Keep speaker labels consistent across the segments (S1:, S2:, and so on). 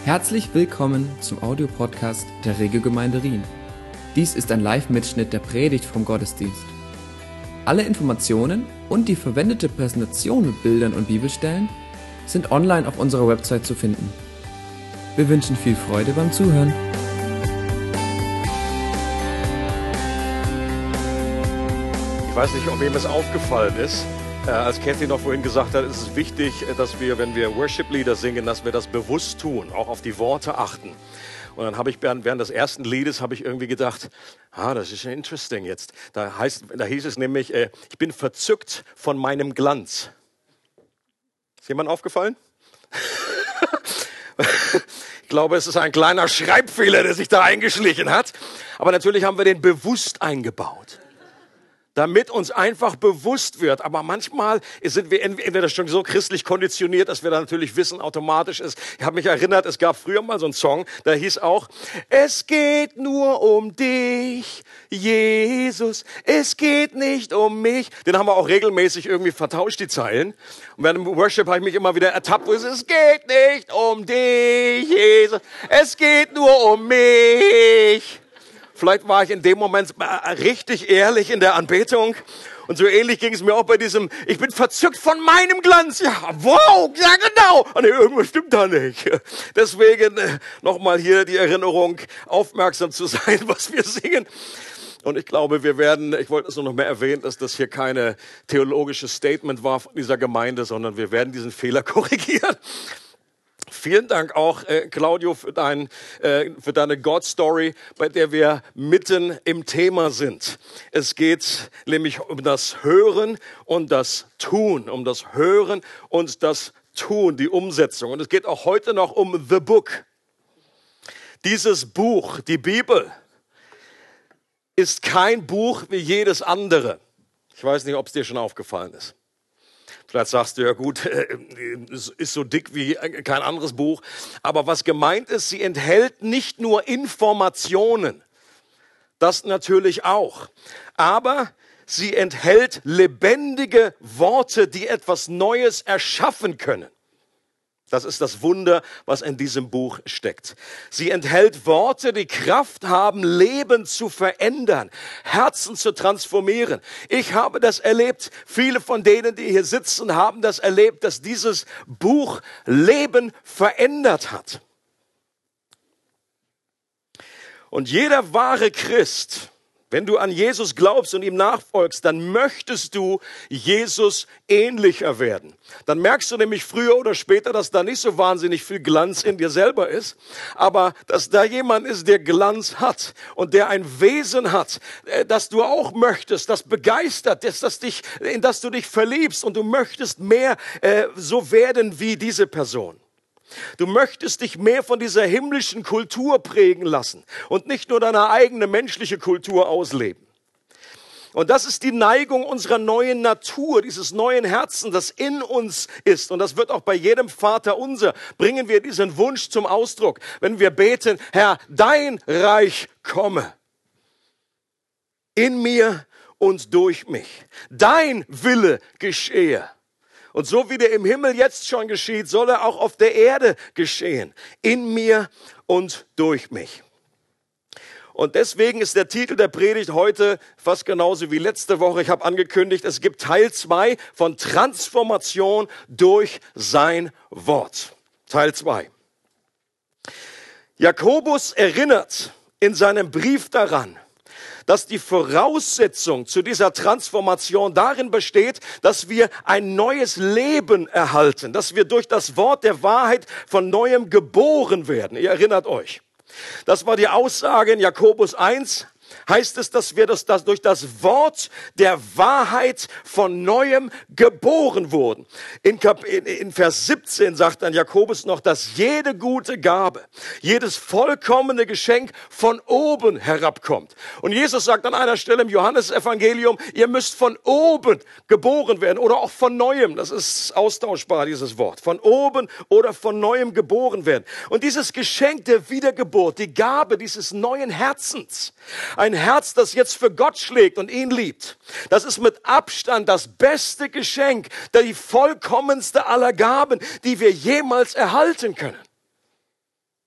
S1: Herzlich willkommen zum Audiopodcast der Regiogemeinde Rien. Dies ist ein Live-Mitschnitt der Predigt vom Gottesdienst. Alle Informationen und die verwendete Präsentation mit Bildern und Bibelstellen sind online auf unserer Website zu finden. Wir wünschen viel Freude beim Zuhören.
S2: Ich weiß nicht, ob wem es aufgefallen ist. Als Kathy noch vorhin gesagt hat, ist es wichtig, dass wir, wenn wir Worship-Lieder singen, dass wir das bewusst tun, auch auf die Worte achten. Und dann habe ich während des ersten Liedes habe ich irgendwie gedacht, das ist ja interesting jetzt. Da hieß es nämlich, ich bin verzückt von meinem Glanz. Ist jemand aufgefallen? Ich glaube, es ist ein kleiner Schreibfehler, der sich da eingeschlichen hat. Aber natürlich haben wir den bewusst eingebaut, damit uns einfach bewusst wird. Aber manchmal sind wir entweder schon so christlich konditioniert, dass wir da natürlich wissen, automatisch ist. Ich habe mich erinnert, es gab früher mal so einen Song, der hieß auch, es geht nur um dich, Jesus, es geht nicht um mich. Den haben wir auch regelmäßig irgendwie vertauscht, die Zeilen. Und während dem Worship habe ich mich immer wieder ertappt, wo es geht nicht um dich, Jesus, es geht nur um mich. Vielleicht war ich in dem Moment richtig ehrlich in der Anbetung. Und so ähnlich ging es mir auch bei diesem, ich bin verzückt von meinem Glanz. Ja, wow, ja genau. Und irgendwas stimmt da nicht. Deswegen nochmal hier die Erinnerung, aufmerksam zu sein, was wir singen. Und ich glaube, ich wollte es nur noch mehr erwähnen, dass das hier keine theologisches Statement war von dieser Gemeinde, sondern wir werden diesen Fehler korrigieren. Vielen Dank auch, Claudio, für deine God-Story, bei der wir mitten im Thema sind. Es geht nämlich um das Hören und das Tun, um das Hören und das Tun, die Umsetzung. Und es geht auch heute noch um The Book. Dieses Buch, die Bibel, ist kein Buch wie jedes andere. Ich weiß nicht, ob es dir schon aufgefallen ist. Vielleicht sagst du, ja gut, es ist so dick wie kein anderes Buch. Aber was gemeint ist, sie enthält nicht nur Informationen, das natürlich auch, aber sie enthält lebendige Worte, die etwas Neues erschaffen können. Das ist das Wunder, was in diesem Buch steckt. Sie enthält Worte, die Kraft haben, Leben zu verändern, Herzen zu transformieren. Ich habe das erlebt. Viele von denen, die hier sitzen, haben das erlebt, dass dieses Buch Leben verändert hat. Und jeder wahre Christ, wenn du an Jesus glaubst und ihm nachfolgst, dann möchtest du Jesus ähnlicher werden. Dann merkst du nämlich früher oder später, dass da nicht so wahnsinnig viel Glanz in dir selber ist, aber dass da jemand ist, der Glanz hat und der ein Wesen hat, das du auch möchtest, das begeistert, in das du dich verliebst und du möchtest mehr so werden wie diese Person. Du möchtest dich mehr von dieser himmlischen Kultur prägen lassen und nicht nur deine eigene menschliche Kultur ausleben. Und das ist die Neigung unserer neuen Natur, dieses neuen Herzen, das in uns ist. Und das wird auch bei jedem Vater unser, bringen wir diesen Wunsch zum Ausdruck, wenn wir beten, Herr, dein Reich komme in mir und durch mich. Dein Wille geschehe. Und so wie der im Himmel jetzt schon geschieht, soll er auch auf der Erde geschehen. In mir und durch mich. Und deswegen ist der Titel der Predigt heute fast genauso wie letzte Woche. Ich habe angekündigt, es gibt Teil 2 von Transformation durch sein Wort. Teil 2. Jakobus erinnert in seinem Brief daran, dass die Voraussetzung zu dieser Transformation darin besteht, dass wir ein neues Leben erhalten, dass wir durch das Wort der Wahrheit von Neuem geboren werden. Ihr erinnert euch. Das war die Aussage in Jakobus 1. Heißt es, dass wir durch das Wort der Wahrheit von Neuem geboren wurden. In Vers 17 sagt dann Jakobus noch, dass jede gute Gabe, jedes vollkommene Geschenk von oben herabkommt. Und Jesus sagt an einer Stelle im Johannesevangelium, ihr müsst von oben geboren werden oder auch von Neuem. Das ist austauschbar, dieses Wort. Von oben oder von Neuem geboren werden. Und dieses Geschenk der Wiedergeburt, die Gabe dieses neuen Herzens, ein Herz, das jetzt für Gott schlägt und ihn liebt. Das ist mit Abstand das beste Geschenk, die vollkommenste aller Gaben, die wir jemals erhalten können.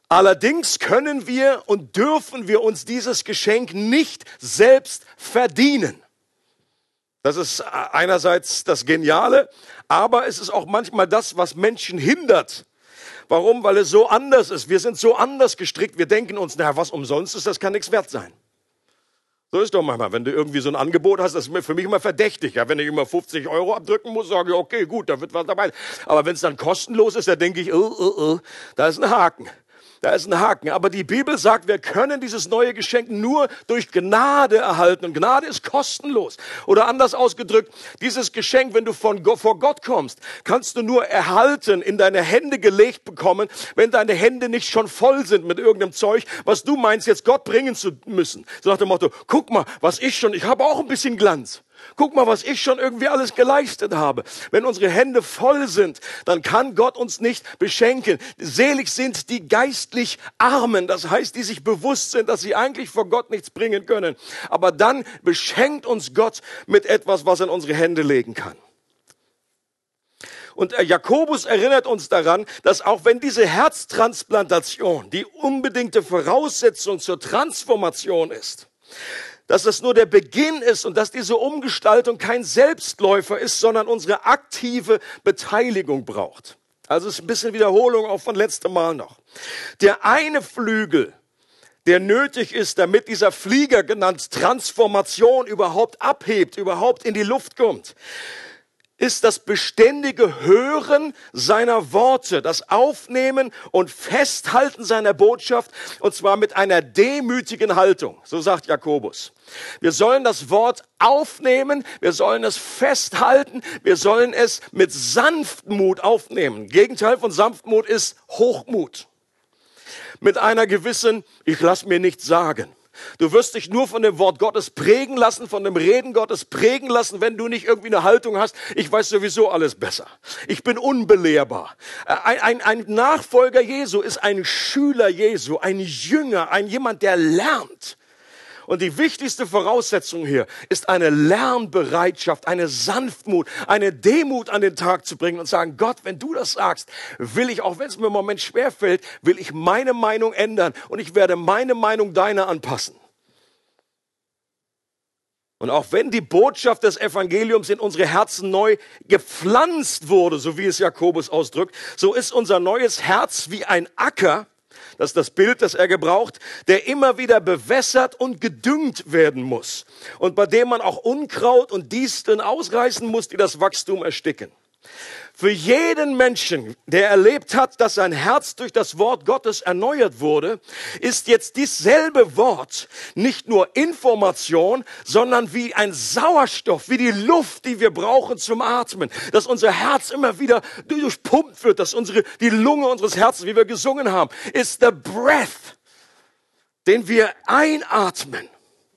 S2: Allerdings können wir und dürfen wir uns dieses Geschenk nicht selbst verdienen. Das ist einerseits das Geniale, aber es ist auch manchmal das, was Menschen hindert. Warum? Weil es so anders ist. Wir sind so anders gestrickt. Wir denken uns, naja, was umsonst ist, das kann nichts wert sein. So ist doch manchmal, wenn du irgendwie so ein Angebot hast, das ist für mich immer verdächtig. Ja, wenn ich immer 50 € abdrücken muss, sage ich, okay, gut, da wird was dabei. Aber wenn es dann kostenlos ist, dann denke ich, da ist ein Haken. Da ist ein Haken. Aber die Bibel sagt, wir können dieses neue Geschenk nur durch Gnade erhalten. Und Gnade ist kostenlos. Oder anders ausgedrückt, dieses Geschenk, wenn du vor Gott kommst, kannst du nur erhalten, in deine Hände gelegt bekommen, wenn deine Hände nicht schon voll sind mit irgendeinem Zeug, was du meinst, jetzt Gott bringen zu müssen. So nach dem Motto, guck mal, ich habe auch ein bisschen Glanz. Guck mal, was ich schon irgendwie alles geleistet habe. Wenn unsere Hände voll sind, dann kann Gott uns nicht beschenken. Selig sind die geistlich Armen, das heißt, die sich bewusst sind, dass sie eigentlich vor Gott nichts bringen können. Aber dann beschenkt uns Gott mit etwas, was er in unsere Hände legen kann. Und Jakobus erinnert uns daran, dass auch wenn diese Herztransplantation die unbedingte Voraussetzung zur Transformation ist, dass das nur der Beginn ist und dass diese Umgestaltung kein Selbstläufer ist, sondern unsere aktive Beteiligung braucht. Also es ist ein bisschen Wiederholung auch von letztem Mal noch. Der eine Flügel, der nötig ist, damit dieser Flieger genannt Transformation überhaupt abhebt, überhaupt in die Luft kommt, ist das beständige Hören seiner Worte, das Aufnehmen und Festhalten seiner Botschaft, und zwar mit einer demütigen Haltung, so sagt Jakobus. Wir sollen das Wort aufnehmen, wir sollen es festhalten, wir sollen es mit Sanftmut aufnehmen. Gegenteil von Sanftmut ist Hochmut. Mit einer gewissen, ich lass mir nichts sagen. Du wirst dich nur von dem Wort Gottes prägen lassen, von dem Reden Gottes prägen lassen, wenn du nicht irgendwie eine Haltung hast, ich weiß sowieso alles besser. Ich bin unbelehrbar. Ein Nachfolger Jesu ist ein Schüler Jesu, ein Jünger, jemand, der lernt. Und die wichtigste Voraussetzung hier ist eine Lernbereitschaft, eine Sanftmut, eine Demut an den Tag zu bringen und sagen, Gott, wenn du das sagst, will ich, auch wenn es mir im Moment schwerfällt, will ich meine Meinung ändern und ich werde meine Meinung deiner anpassen. Und auch wenn die Botschaft des Evangeliums in unsere Herzen neu gepflanzt wurde, so wie es Jakobus ausdrückt, so ist unser neues Herz wie ein Acker. Das ist das Bild, das er gebraucht, der immer wieder bewässert und gedüngt werden muss. Und bei dem man auch Unkraut und Disteln ausreißen muss, die das Wachstum ersticken. Für jeden Menschen, der erlebt hat, dass sein Herz durch das Wort Gottes erneuert wurde, ist jetzt dieselbe Wort nicht nur Information, sondern wie ein Sauerstoff, wie die Luft, die wir brauchen zum Atmen. Dass unser Herz immer wieder durchpumpt wird, dass die Lunge unseres Herzens, wie wir gesungen haben, ist the breath, den wir einatmen.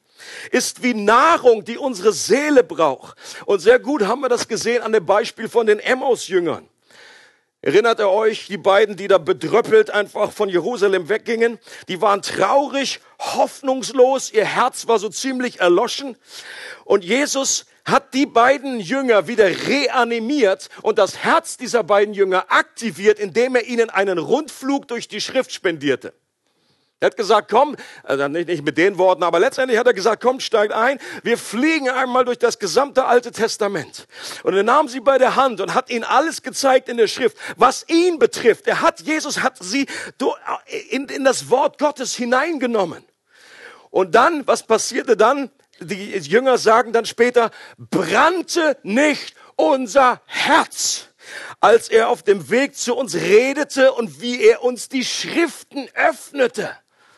S2: Ist wie Nahrung, die unsere Seele braucht. Und sehr gut haben wir das gesehen an dem Beispiel von den Emmaus-Jüngern. Erinnert ihr euch, die beiden, die da bedröppelt einfach von Jerusalem weggingen? Die waren traurig, hoffnungslos, ihr Herz war so ziemlich erloschen. Und Jesus hat die beiden Jünger wieder reanimiert und das Herz dieser beiden Jünger aktiviert, indem er ihnen einen Rundflug durch die Schrift spendierte. Er hat gesagt, komm, also nicht mit den Worten, aber letztendlich hat er gesagt, komm, steigt ein, wir fliegen einmal durch das gesamte Alte Testament. Und er nahm sie bei der Hand und hat ihnen alles gezeigt in der Schrift, was ihn betrifft. Jesus hat sie in das Wort Gottes hineingenommen. Und dann, was passierte dann? Die Jünger sagen dann später, brannte nicht unser Herz, als er auf dem Weg zu uns redete und wie er uns die Schriften öffnete.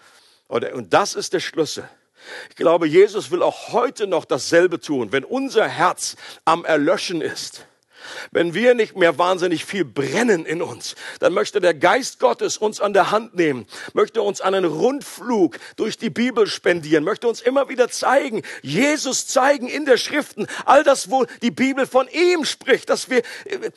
S2: Und das ist der Schlüssel. Ich glaube, Jesus will auch heute noch dasselbe tun, wenn unser Herz am Erlöschen ist. Wenn wir nicht mehr wahnsinnig viel brennen in uns, dann möchte der Geist Gottes uns an der Hand nehmen, möchte uns einen Rundflug durch die Bibel spendieren, möchte uns immer wieder zeigen, Jesus zeigen in der Schriften, all das, wo die Bibel von ihm spricht, dass wir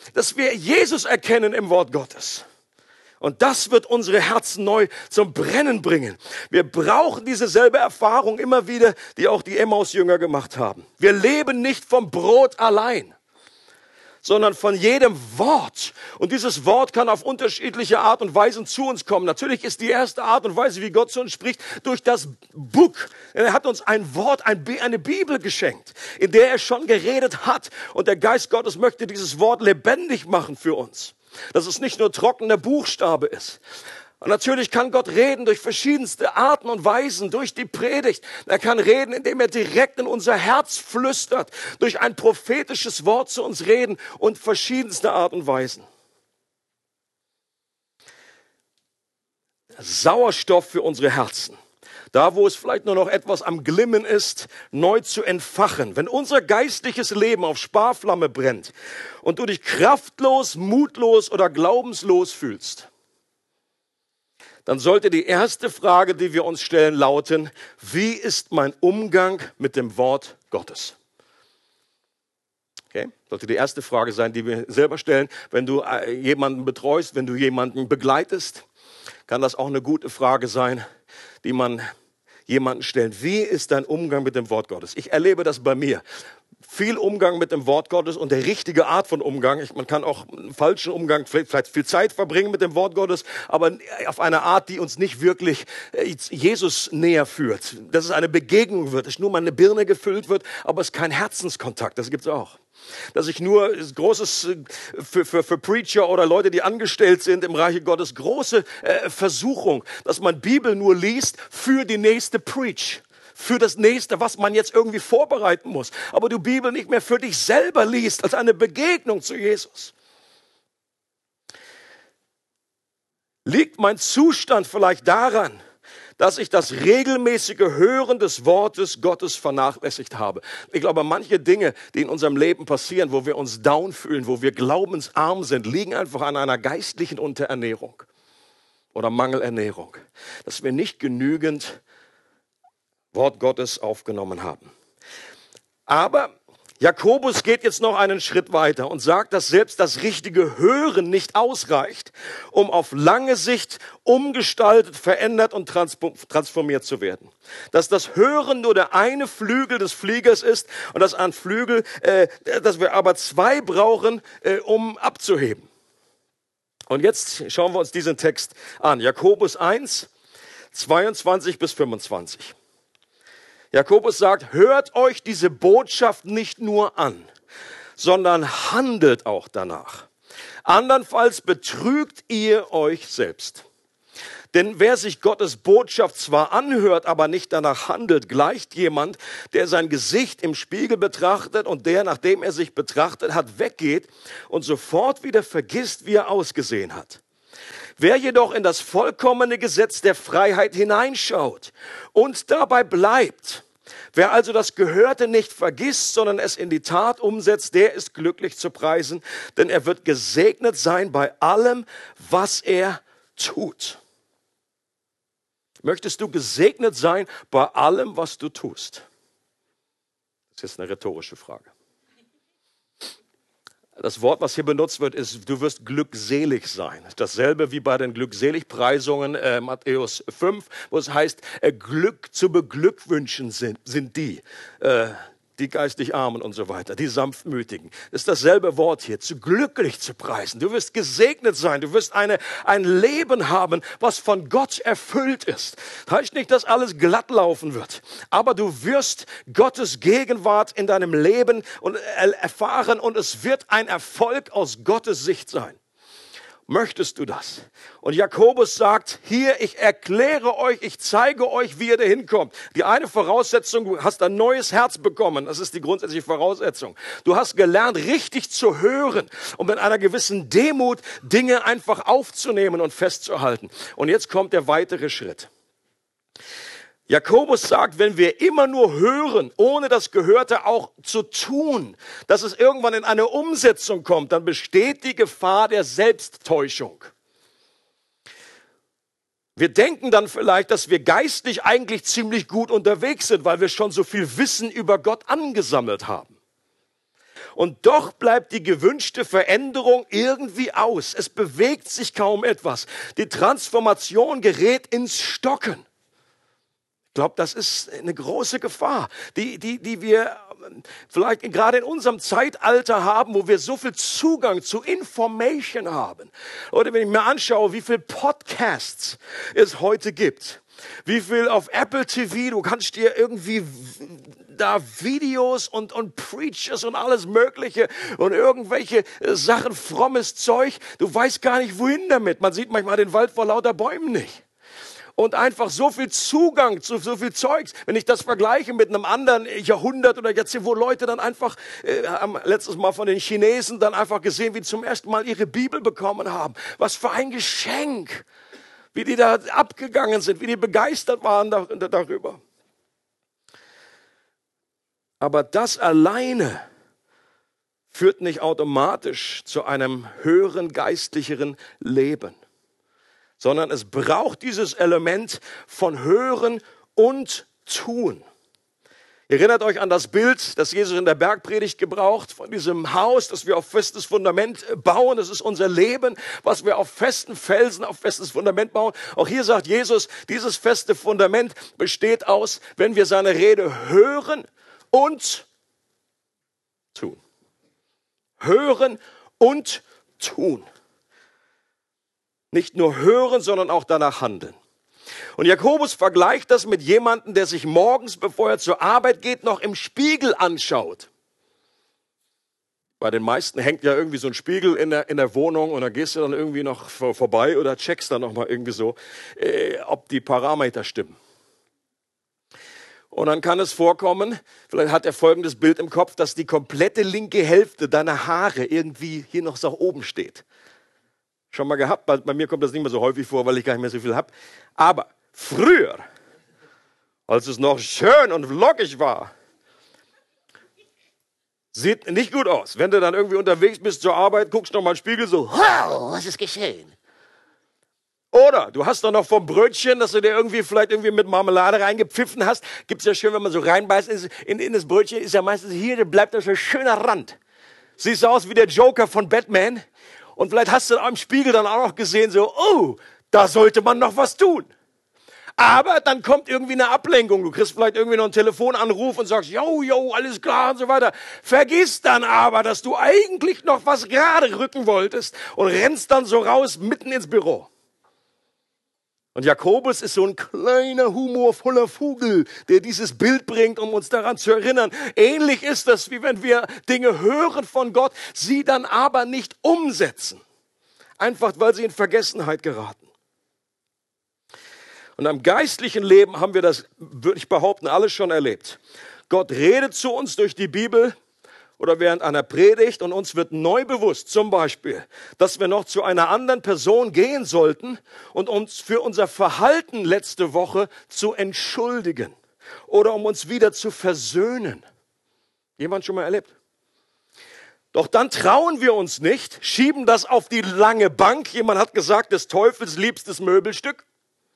S2: Jesus erkennen im Wort Gottes. Und das wird unsere Herzen neu zum Brennen bringen. Wir brauchen diese selbe Erfahrung immer wieder, die auch die Emmaus-Jünger gemacht haben. Wir leben nicht vom Brot allein, sondern von jedem Wort. Und dieses Wort kann auf unterschiedliche Art und Weisen zu uns kommen. Natürlich ist die erste Art und Weise, wie Gott zu uns spricht, durch das Buch. Er hat uns ein Wort, eine Bibel geschenkt, in der er schon geredet hat. Und der Geist Gottes möchte dieses Wort lebendig machen für uns. Dass es nicht nur trockener Buchstabe ist. Und natürlich kann Gott reden durch verschiedenste Arten und Weisen, durch die Predigt. Er kann reden, indem er direkt in unser Herz flüstert, durch ein prophetisches Wort zu uns reden und verschiedenste Arten und Weisen. Sauerstoff für unsere Herzen. Da, wo es vielleicht nur noch etwas am Glimmen ist, neu zu entfachen. Wenn unser geistliches Leben auf Sparflamme brennt und du dich kraftlos, mutlos oder glaubenslos fühlst, dann sollte die erste Frage, die wir uns stellen, lauten: Wie ist mein Umgang mit dem Wort Gottes? Okay? Sollte die erste Frage sein, die wir selber stellen. Wenn du jemanden betreust, wenn du jemanden begleitest, kann das auch eine gute Frage sein, die man jemanden stellt. Wie ist dein Umgang mit dem Wort Gottes? Ich erlebe das bei mir. Viel Umgang mit dem Wort Gottes und der richtige Art von Umgang. Man kann auch einen falschen Umgang, vielleicht viel Zeit verbringen mit dem Wort Gottes, aber auf eine Art, die uns nicht wirklich Jesus näher führt. Dass es eine Begegnung wird, dass nur meine Birne gefüllt wird, aber es ist kein Herzenskontakt. Das gibt's auch. Dass ich nur großes für Preacher oder Leute, die angestellt sind im Reiche Gottes, große Versuchung, dass man Bibel nur liest für die nächste Preach. Für das Nächste, was man jetzt irgendwie vorbereiten muss. Aber du Bibel nicht mehr für dich selber liest, als eine Begegnung zu Jesus. Liegt mein Zustand vielleicht daran, dass ich das regelmäßige Hören des Wortes Gottes vernachlässigt habe? Ich glaube, manche Dinge, die in unserem Leben passieren, wo wir uns down fühlen, wo wir glaubensarm sind, liegen einfach an einer geistlichen Unterernährung oder Mangelernährung. Dass wir nicht genügend Wort Gottes aufgenommen haben. Aber Jakobus geht jetzt noch einen Schritt weiter und sagt, dass selbst das richtige Hören nicht ausreicht, um auf lange Sicht umgestaltet, verändert und transformiert zu werden. Dass das Hören nur der eine Flügel des Fliegers ist und dass ein Flügel, dass wir aber zwei brauchen, um abzuheben. Und jetzt schauen wir uns diesen Text an. Jakobus 1, 22 bis 25. Jakobus sagt, hört euch diese Botschaft nicht nur an, sondern handelt auch danach. Andernfalls betrügt ihr euch selbst. Denn wer sich Gottes Botschaft zwar anhört, aber nicht danach handelt, gleicht jemand, der sein Gesicht im Spiegel betrachtet und der, nachdem er sich betrachtet hat, weggeht und sofort wieder vergisst, wie er ausgesehen hat. Wer jedoch in das vollkommene Gesetz der Freiheit hineinschaut und dabei bleibt, wer also das Gehörte nicht vergisst, sondern es in die Tat umsetzt, der ist glücklich zu preisen, denn er wird gesegnet sein bei allem, was er tut. Möchtest du gesegnet sein bei allem, was du tust? Das ist jetzt eine rhetorische Frage. Das Wort, was hier benutzt wird, ist, du wirst glückselig sein. Dasselbe wie bei den Glückseligpreisungen Matthäus 5, wo es heißt, Glück zu beglückwünschen sind die geistig Armen und so weiter, die Sanftmütigen. Das ist dasselbe Wort hier, zu glücklich zu preisen. Du wirst gesegnet sein, du wirst ein Leben haben, was von Gott erfüllt ist. Das heißt nicht, dass alles glatt laufen wird, aber du wirst Gottes Gegenwart in deinem Leben erfahren und es wird ein Erfolg aus Gottes Sicht sein. Möchtest du das? Und Jakobus sagt, hier, ich erkläre euch, ich zeige euch, wie ihr dahin kommt. Die eine Voraussetzung, du hast ein neues Herz bekommen. Das ist die grundsätzliche Voraussetzung. Du hast gelernt, richtig zu hören und mit einer gewissen Demut Dinge einfach aufzunehmen und festzuhalten. Und jetzt kommt der weitere Schritt. Jakobus sagt, wenn wir immer nur hören, ohne das Gehörte auch zu tun, dass es irgendwann in eine Umsetzung kommt, dann besteht die Gefahr der Selbsttäuschung. Wir denken dann vielleicht, dass wir geistlich eigentlich ziemlich gut unterwegs sind, weil wir schon so viel Wissen über Gott angesammelt haben. Und doch bleibt die gewünschte Veränderung irgendwie aus. Es bewegt sich kaum etwas. Die Transformation gerät ins Stocken. Ich glaube, das ist eine große Gefahr, die wir vielleicht gerade in unserem Zeitalter haben, wo wir so viel Zugang zu Information haben. Oder wenn ich mir anschaue, wie viele Podcasts es heute gibt, wie viel auf Apple TV, du kannst dir irgendwie da Videos und Preachers und alles Mögliche und irgendwelche Sachen, frommes Zeug, du weißt gar nicht, wohin damit. Man sieht manchmal den Wald vor lauter Bäumen nicht. Und einfach so viel Zugang zu so viel Zeugs. Wenn ich das vergleiche mit einem anderen Jahrhundert oder Jahrzehnt, wo Leute dann einfach, haben letztes Mal von den Chinesen dann einfach gesehen, wie die zum ersten Mal ihre Bibel bekommen haben. Was für ein Geschenk. Wie die da abgegangen sind, wie die begeistert waren darüber. Aber das alleine führt nicht automatisch zu einem höheren, geistlicheren Leben, sondern es braucht dieses Element von Hören und Tun. Ihr erinnert euch an das Bild, das Jesus in der Bergpredigt gebraucht, von diesem Haus, das wir auf festes Fundament bauen. Das ist unser Leben, was wir auf festen Felsen, auf festes Fundament bauen. Auch hier sagt Jesus, dieses feste Fundament besteht aus, wenn wir seine Rede hören und tun. Hören und tun. Nicht nur hören, sondern auch danach handeln. Und Jakobus vergleicht das mit jemandem, der sich morgens, bevor er zur Arbeit geht, noch im Spiegel anschaut. Bei den meisten hängt ja irgendwie so ein Spiegel in der Wohnung und da gehst du dann irgendwie noch vorbei oder checkst dann nochmal irgendwie so, ob die Parameter stimmen. Und dann kann es vorkommen, vielleicht hat er folgendes Bild im Kopf, dass die komplette linke Hälfte deiner Haare irgendwie hier noch so oben steht. Schon mal gehabt, bei mir kommt das nicht mehr so häufig vor, weil ich gar nicht mehr so viel habe. Aber früher, als es noch schön und lockig war, sieht nicht gut aus. Wenn du dann irgendwie unterwegs bist zur Arbeit, guckst noch mal in den Spiegel so, wow, was ist geschehen? Oder du hast dann noch vom Brötchen, dass du dir vielleicht mit Marmelade reingepfiffen hast. Gibt's ja schön, wenn man so reinbeißt in das Brötchen, ist ja meistens hier, da bleibt da so ein schöner Rand. Siehst du aus wie der Joker von Batman. Und vielleicht hast du am Spiegel dann auch noch gesehen, so, oh, da sollte man noch was tun. Aber dann kommt irgendwie eine Ablenkung. Du kriegst vielleicht irgendwie noch einen Telefonanruf und sagst, jo, alles klar und so weiter. Vergiss dann aber, dass du eigentlich noch was gerade rücken wolltest und rennst dann so raus mitten ins Büro. Und Jakobus ist so ein kleiner, humorvoller Vogel, der dieses Bild bringt, um uns daran zu erinnern. Ähnlich ist das, wie wenn wir Dinge hören von Gott, sie dann aber nicht umsetzen. Einfach, weil sie in Vergessenheit geraten. Und am geistlichen Leben haben wir das, würde ich behaupten, alles schon erlebt. Gott redet zu uns durch die Bibel oder während einer Predigt und uns wird neu bewusst, zum Beispiel, dass wir noch zu einer anderen Person gehen sollten und uns für unser Verhalten letzte Woche zu entschuldigen oder um uns wieder zu versöhnen. Jemand schon mal erlebt? Doch dann trauen wir uns nicht, schieben das auf die lange Bank. Jemand hat gesagt, des Teufels liebstes Möbelstück.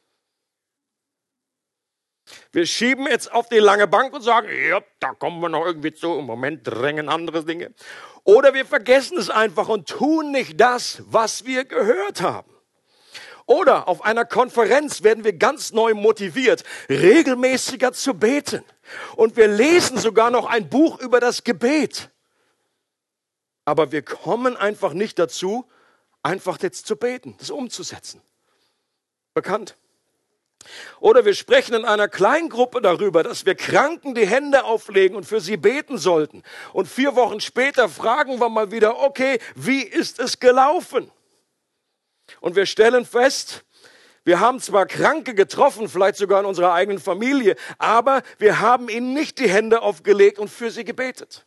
S2: Wir schieben jetzt auf die lange Bank und sagen, ja, da kommen wir noch irgendwie zu. Im Moment drängen andere Dinge. Oder wir vergessen es einfach und tun nicht das, was wir gehört haben. Oder auf einer Konferenz werden wir ganz neu motiviert, regelmäßiger zu beten. Und wir lesen sogar noch ein Buch über das Gebet. Aber wir kommen einfach nicht dazu, einfach jetzt zu beten, das umzusetzen. Bekannt. Oder wir sprechen in einer Kleingruppe darüber, dass wir Kranken die Hände auflegen und für sie beten sollten. Und 4 Wochen später fragen wir mal wieder, okay, wie ist es gelaufen? Und wir stellen fest, wir haben zwar Kranke getroffen, vielleicht sogar in unserer eigenen Familie, aber wir haben ihnen nicht die Hände aufgelegt und für sie gebetet.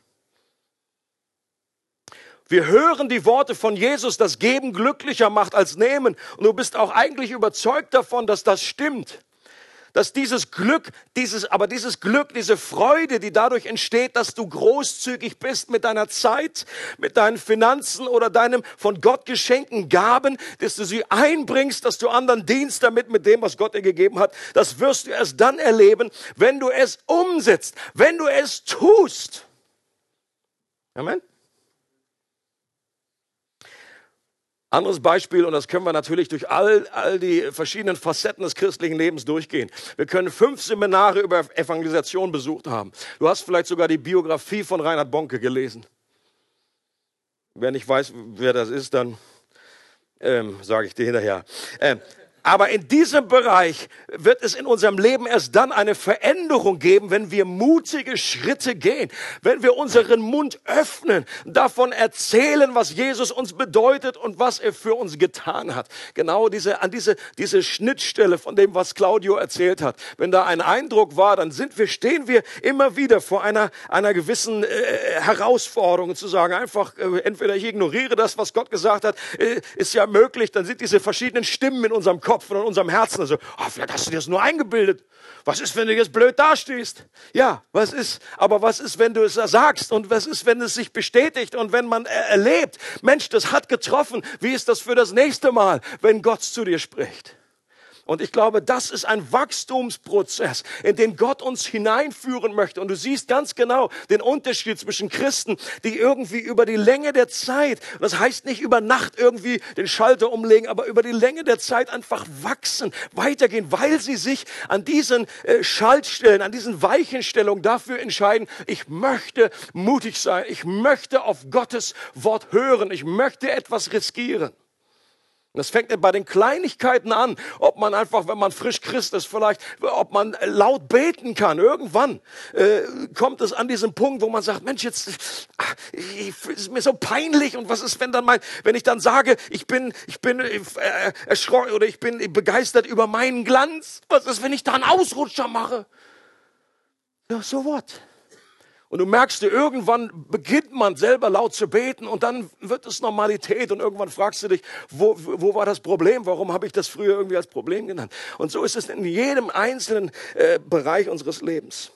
S2: Wir hören die Worte von Jesus, das Geben glücklicher macht als Nehmen. Und du bist auch eigentlich überzeugt davon, dass das stimmt. Dass dieses Glück, diese Freude, die dadurch entsteht, dass du großzügig bist mit deiner Zeit, mit deinen Finanzen oder deinem von Gott geschenkten Gaben, dass du sie einbringst, dass du anderen dienst damit mit dem, was Gott dir gegeben hat. Das wirst du erst dann erleben, wenn du es umsetzt, wenn du es tust. Amen. Anderes Beispiel, und das können wir natürlich durch all die verschiedenen Facetten des christlichen Lebens durchgehen. Wir können 5 Seminare über Evangelisation besucht haben. Du hast vielleicht sogar die Biografie von Reinhard Bonke gelesen. Wer nicht weiß, wer das ist, dann sage ich dir hinterher. Aber in diesem Bereich wird es in unserem Leben erst dann eine Veränderung geben, wenn wir mutige Schritte gehen, wenn wir unseren Mund öffnen, davon erzählen, was Jesus uns bedeutet und was er für uns getan hat. Genau an diese Schnittstelle von dem, was Claudio erzählt hat. Wenn da ein Eindruck war, dann stehen wir immer wieder vor einer gewissen Herausforderung zu sagen, einfach entweder ich ignoriere das, was Gott gesagt hat, ist ja möglich, dann sind diese verschiedenen Stimmen in unserem Kopf und in unserem Herzen. Also, vielleicht hast du dir das nur eingebildet. Was ist, wenn du jetzt blöd dastehst? Ja, aber was ist, wenn du es sagst? Und was ist, wenn es sich bestätigt und wenn man erlebt, Mensch, das hat getroffen. Wie ist das für das nächste Mal, wenn Gott zu dir spricht? Und ich glaube, das ist ein Wachstumsprozess, in den Gott uns hineinführen möchte. Und du siehst ganz genau den Unterschied zwischen Christen, die irgendwie über die Länge der Zeit, das heißt nicht über Nacht irgendwie den Schalter umlegen, aber über die Länge der Zeit einfach wachsen, weitergehen, weil sie sich an diesen Schaltstellen, an diesen Weichenstellungen dafür entscheiden, ich möchte mutig sein, ich möchte auf Gottes Wort hören, ich möchte etwas riskieren. Und das fängt bei den Kleinigkeiten an, ob man einfach, wenn man frisch Christ ist, vielleicht, ob man laut beten kann. Irgendwann kommt es an diesen Punkt, wo man sagt, Mensch, jetzt ist mir so peinlich. Und was ist, wenn ich dann sage, ich bin erschrocken oder ich bin begeistert über meinen Glanz? Was ist, wenn ich da einen Ausrutscher mache? Ja, so what? Und du merkst, irgendwann beginnt man selber laut zu beten und dann wird es Normalität und irgendwann fragst du dich, wo war das Problem? Warum habe ich das früher irgendwie als Problem genannt? Und so ist es in jedem einzelnen Bereich unseres Lebens.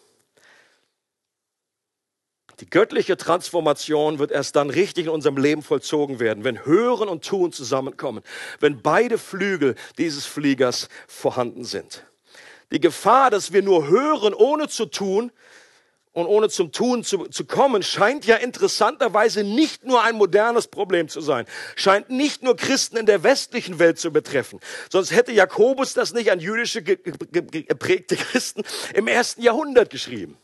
S2: Die göttliche Transformation wird erst dann richtig in unserem Leben vollzogen werden, wenn Hören und Tun zusammenkommen, wenn beide Flügel dieses Fliegers vorhanden sind. Die Gefahr, dass wir nur hören, ohne zu tun, und ohne zum Tun zu kommen, scheint ja interessanterweise nicht nur ein modernes Problem zu sein. Scheint nicht nur Christen in der westlichen Welt zu betreffen. Sonst hätte Jakobus das nicht an jüdische geprägte Christen im 1. Jahrhundert geschrieben.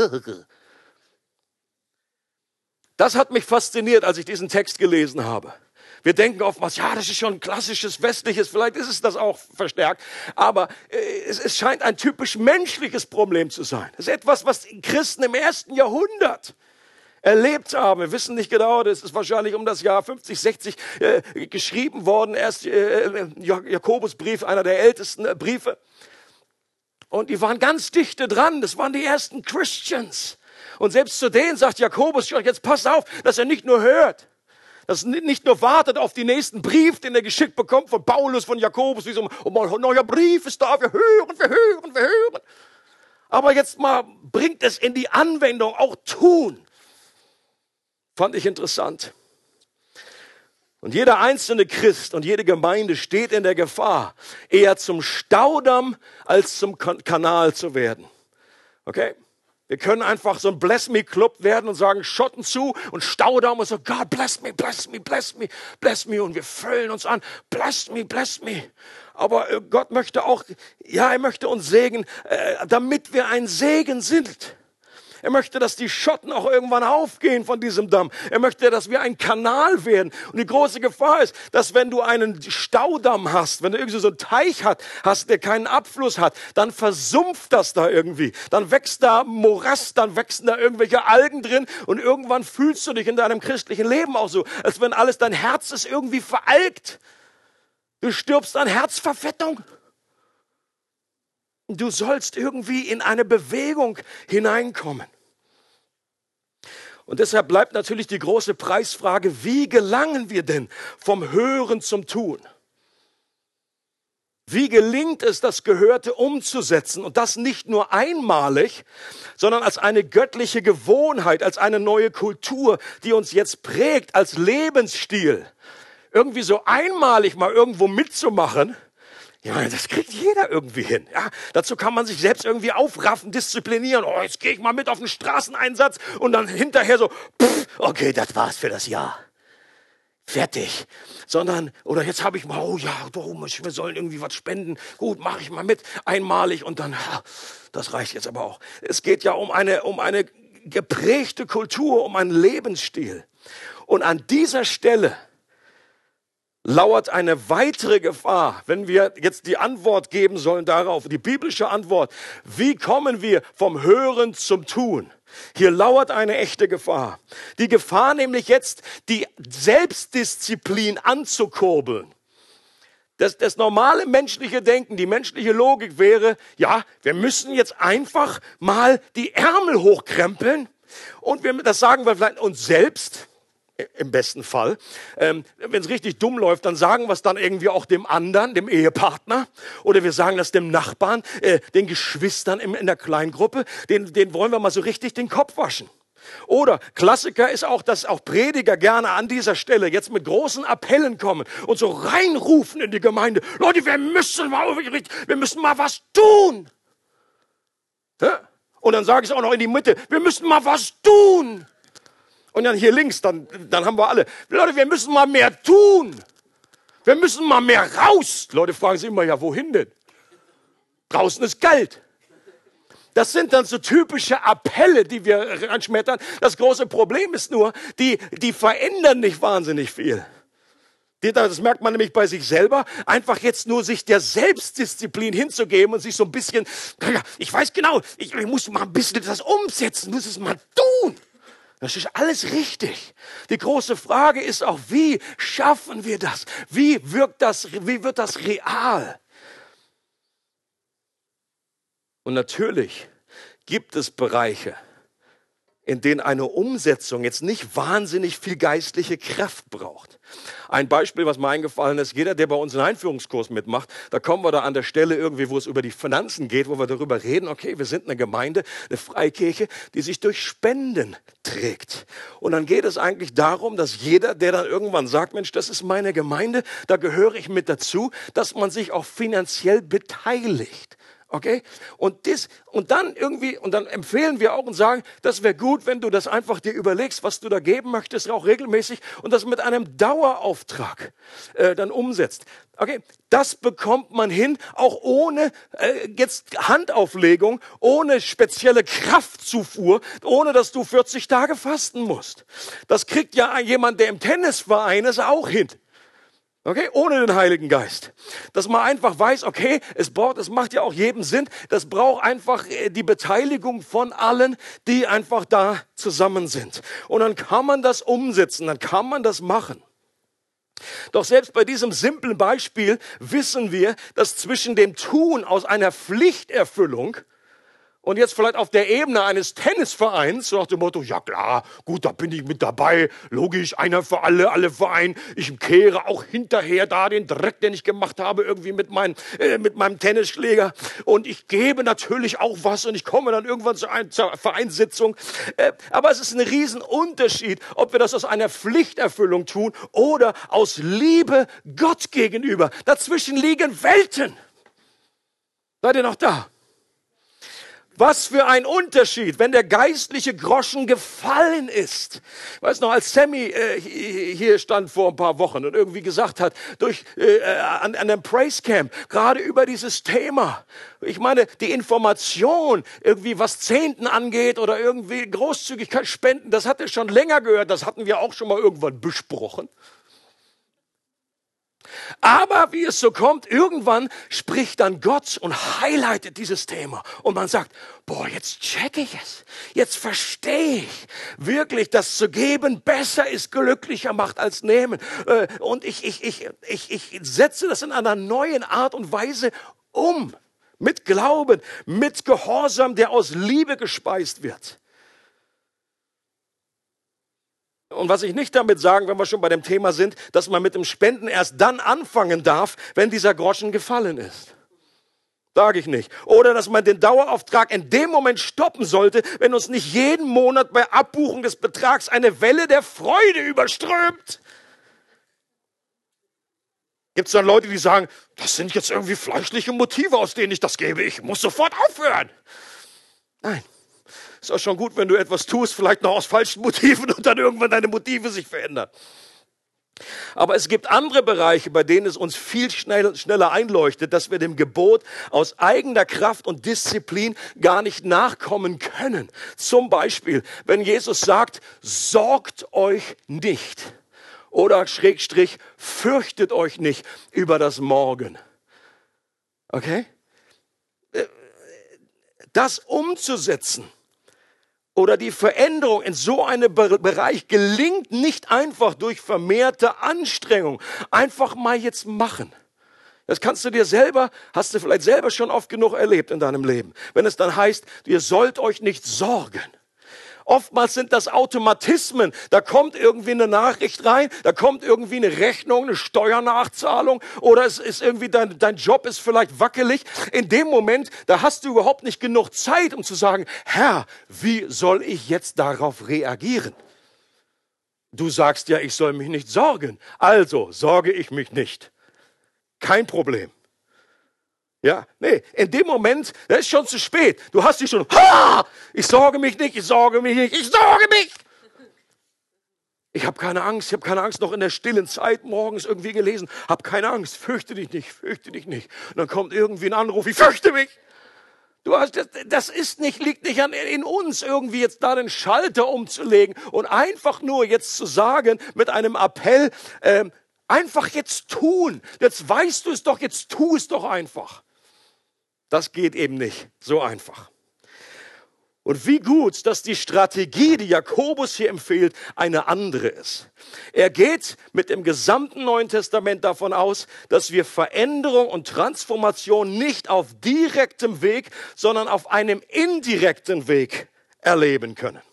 S2: Das hat mich fasziniert, als ich diesen Text gelesen habe. Wir denken oftmals, ja, das ist schon ein klassisches westliches, vielleicht ist es das auch verstärkt, aber es scheint ein typisch menschliches Problem zu sein. Das ist etwas, was Christen im 1. Jahrhundert erlebt haben. Wir wissen nicht genau, das ist wahrscheinlich um das Jahr 50, 60 geschrieben worden. Erst Jakobusbrief, einer der ältesten Briefe. Und die waren ganz dichte dran, das waren die ersten Christians. Und selbst zu denen sagt Jakobus, jetzt passt auf, dass er nicht nur hört, dass nicht nur wartet auf den nächsten Brief, den er geschickt bekommt von Paulus, von Jakobus, wie so, ein neuer Brief ist da, wir hören. Aber jetzt mal bringt es in die Anwendung, auch tun. Fand ich interessant. Und jeder einzelne Christ und jede Gemeinde steht in der Gefahr, eher zum Staudamm als zum Kanal zu werden. Okay? Wir können einfach so ein Bless Me Club werden und sagen, Schotten zu und Staudamm und so, God bless me, bless me, bless me, bless me. Und wir füllen uns an, bless me, bless me. Aber Gott möchte auch, er möchte uns segnen, damit wir ein Segen sind. Er möchte, dass die Schotten auch irgendwann aufgehen von diesem Damm. Er möchte, dass wir ein Kanal werden. Und die große Gefahr ist, dass wenn du einen Staudamm hast, wenn du irgendwie so einen Teich hast, der keinen Abfluss hat, dann versumpft das da irgendwie. Dann wächst da Morast, dann wachsen da irgendwelche Algen drin und irgendwann fühlst du dich in deinem christlichen Leben auch so, als wenn dein Herz ist irgendwie veralkt. Du stirbst an Herzverfettung. Du sollst irgendwie in eine Bewegung hineinkommen. Und deshalb bleibt natürlich die große Preisfrage, wie gelangen wir denn vom Hören zum Tun? Wie gelingt es, das Gehörte umzusetzen und das nicht nur einmalig, sondern als eine göttliche Gewohnheit, als eine neue Kultur, die uns jetzt prägt, als Lebensstil. Irgendwie so einmalig mal irgendwo mitzumachen, ja, das kriegt jeder irgendwie hin. Ja, dazu kann man sich selbst irgendwie aufraffen, disziplinieren. Oh, jetzt gehe ich mal mit auf einen Straßeneinsatz und dann hinterher so, okay, das war's für das Jahr. fertig. Sondern, oder jetzt habe ich mal, oh ja, wir sollen irgendwie was spenden. Gut, mache ich mal mit, einmalig und dann, das reicht jetzt aber auch. Es geht ja um eine geprägte Kultur, um einen Lebensstil. Und an dieser Stelle lauert eine weitere Gefahr, wenn wir jetzt die Antwort geben sollen darauf, die biblische Antwort. Wie kommen wir vom Hören zum Tun? Hier lauert eine echte Gefahr. Die Gefahr nämlich jetzt, die Selbstdisziplin anzukurbeln. Das normale menschliche Denken, die menschliche Logik wäre, ja, wir müssen jetzt einfach mal die Ärmel hochkrempeln und das sagen wir vielleicht uns selbst. Im besten Fall. Wenn es richtig dumm läuft, dann sagen wir es dann irgendwie auch dem anderen, dem Ehepartner. Oder wir sagen das dem Nachbarn, den Geschwistern in der Kleingruppe. Den wollen wir mal so richtig den Kopf waschen. Oder Klassiker ist auch, dass auch Prediger gerne an dieser Stelle jetzt mit großen Appellen kommen und so reinrufen in die Gemeinde. Leute, wir müssen mal was tun. Ja? Und dann sage ich es auch noch in die Mitte. Wir müssen mal was tun. Und dann hier links, dann haben wir alle. Leute, wir müssen mal mehr tun. Wir müssen mal mehr raus. Leute fragen sich immer, ja, wohin denn? Draußen ist kalt. Das sind dann so typische Appelle, die wir anschmettern. Das große Problem ist nur, die verändern nicht wahnsinnig viel. Das merkt man nämlich bei sich selber. Einfach jetzt nur sich der Selbstdisziplin hinzugeben und sich so ein bisschen, ich weiß genau, ich muss mal ein bisschen das umsetzen, muss es mal tun. Das ist alles richtig. Die große Frage ist auch, wie schaffen wir das? Wie wird das real? Und natürlich gibt es Bereiche, in denen eine Umsetzung jetzt nicht wahnsinnig viel geistliche Kraft braucht. Ein Beispiel, was mir eingefallen ist, jeder, der bei uns einen Einführungskurs mitmacht, da kommen wir da an der Stelle irgendwie, wo es über die Finanzen geht, wo wir darüber reden, okay, wir sind eine Gemeinde, eine Freikirche, die sich durch Spenden trägt. Und dann geht es eigentlich darum, dass jeder, der dann irgendwann sagt, Mensch, das ist meine Gemeinde, da gehöre ich mit dazu, dass man sich auch finanziell beteiligt. Okay? Und dann empfehlen wir auch und sagen, das wäre gut, wenn du das einfach dir überlegst, was du da geben möchtest, auch regelmäßig und das mit einem Dauerauftrag dann umsetzt. Okay? Das bekommt man hin, auch ohne jetzt Handauflegung, ohne spezielle Kraftzufuhr, ohne dass du 40 Tage fasten musst. Das kriegt ja jemand, der im Tennisverein ist, auch hin. Okay, ohne den Heiligen Geist. Dass man einfach weiß, okay, es macht ja auch jedem Sinn, das braucht einfach die Beteiligung von allen, die einfach da zusammen sind. Und dann kann man das umsetzen, dann kann man das machen. Doch selbst bei diesem simplen Beispiel wissen wir, dass zwischen dem Tun aus einer Pflichterfüllung und jetzt vielleicht auf der Ebene eines Tennisvereins, so nach dem Motto, ja klar, gut, da bin ich mit dabei, logisch, einer für alle Verein. Ich kehre auch hinterher da den Dreck, den ich gemacht habe, irgendwie mit meinem Tennisschläger. Und ich gebe natürlich auch was und ich komme dann irgendwann zur Vereinssitzung. Aber es ist ein Riesenunterschied, ob wir das aus einer Pflichterfüllung tun oder aus Liebe Gott gegenüber. Dazwischen liegen Welten. Seid ihr noch da? Was für ein Unterschied, wenn der geistliche Groschen gefallen ist. Ich weiß noch, als Sammy hier stand vor ein paar Wochen und irgendwie gesagt hat, an einem Praise Camp, gerade über dieses Thema. Ich meine, die Information, irgendwie was Zehnten angeht oder irgendwie Großzügigkeit, Spenden, das hat er schon länger gehört, das hatten wir auch schon mal irgendwann besprochen. Aber wie es so kommt, irgendwann spricht dann Gott und highlightet dieses Thema. Und man sagt, boah, jetzt checke ich es. Jetzt verstehe ich wirklich, dass zu geben besser ist, glücklicher macht als nehmen. Und ich setze das in einer neuen Art und Weise um. Mit Glauben, mit Gehorsam, der aus Liebe gespeist wird. Und was ich nicht damit sagen, wenn wir schon bei dem Thema sind, dass man mit dem Spenden erst dann anfangen darf, wenn dieser Groschen gefallen ist. Sage ich nicht. Oder dass man den Dauerauftrag in dem Moment stoppen sollte, wenn uns nicht jeden Monat bei Abbuchung des Betrags eine Welle der Freude überströmt. Gibt es dann Leute, die sagen, das sind jetzt irgendwie fleischliche Motive, aus denen ich das gebe. Ich muss sofort aufhören. Nein. Ist auch schon gut, wenn du etwas tust, vielleicht noch aus falschen Motiven und dann irgendwann deine Motive sich verändern. Aber es gibt andere Bereiche, bei denen es uns viel schneller einleuchtet, dass wir dem Gebot aus eigener Kraft und Disziplin gar nicht nachkommen können. Zum Beispiel, wenn Jesus sagt, sorgt euch nicht oder Schrägstrich, fürchtet euch nicht über das Morgen. Okay? Das umzusetzen oder die Veränderung in so einem Bereich gelingt nicht einfach durch vermehrte Anstrengung. Einfach mal jetzt machen. Das kannst du dir selber, hast du vielleicht selber schon oft genug erlebt in deinem Leben. Wenn es dann heißt, ihr sollt euch nicht sorgen. Oftmals sind das Automatismen. Da kommt irgendwie eine Nachricht rein, da kommt irgendwie eine Rechnung, eine Steuernachzahlung oder es ist irgendwie dein Job ist vielleicht wackelig. In dem Moment, da hast du überhaupt nicht genug Zeit, um zu sagen, Herr, wie soll ich jetzt darauf reagieren? Du sagst ja, ich soll mich nicht sorgen. Also sorge ich mich nicht. Kein Problem. Ja, nee, in dem Moment, das ist schon zu spät. Du hast dich schon, ich sorge mich nicht, ich sorge mich nicht, ich sorge mich. Ich habe keine Angst, noch in der stillen Zeit morgens irgendwie gelesen. Hab keine Angst, fürchte dich nicht, fürchte dich nicht. Und dann kommt irgendwie ein Anruf, ich fürchte mich. Das liegt nicht in uns, irgendwie jetzt da den Schalter umzulegen und einfach nur jetzt zu sagen mit einem Appell, einfach jetzt tun. Jetzt weißt du es doch, jetzt tu es doch einfach. Das geht eben nicht so einfach. Und wie gut, dass die Strategie, die Jakobus hier empfiehlt, eine andere ist. Er geht mit dem gesamten Neuen Testament davon aus, dass wir Veränderung und Transformation nicht auf direktem Weg, sondern auf einem indirekten Weg erleben können.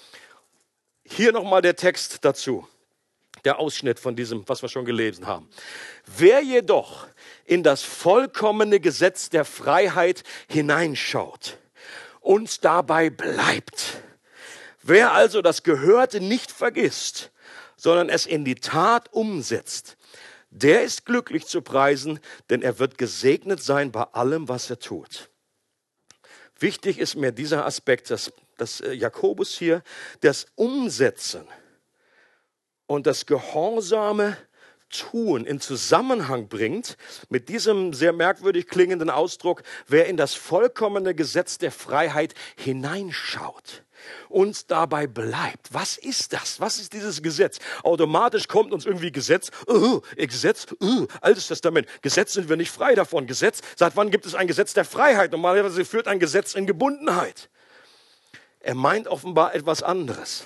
S2: Hier nochmal der Text dazu. Der Ausschnitt von diesem, was wir schon gelesen haben. Wer jedoch in das vollkommene Gesetz der Freiheit hineinschaut und dabei bleibt, wer also das Gehörte nicht vergisst, sondern es in die Tat umsetzt, der ist glücklich zu preisen, denn er wird gesegnet sein bei allem, was er tut. Wichtig ist mir dieser Aspekt, dass Jakobus hier das Umsetzen und das gehorsame Tun in Zusammenhang bringt mit diesem sehr merkwürdig klingenden Ausdruck, wer in das vollkommene Gesetz der Freiheit hineinschaut und dabei bleibt. Was ist das? Was ist dieses Gesetz? Automatisch kommt uns irgendwie Gesetz, Altes Testament. Gesetz sind wir nicht frei davon. Gesetz, seit wann gibt es ein Gesetz der Freiheit? Normalerweise führt ein Gesetz in Gebundenheit. Er meint offenbar etwas anderes.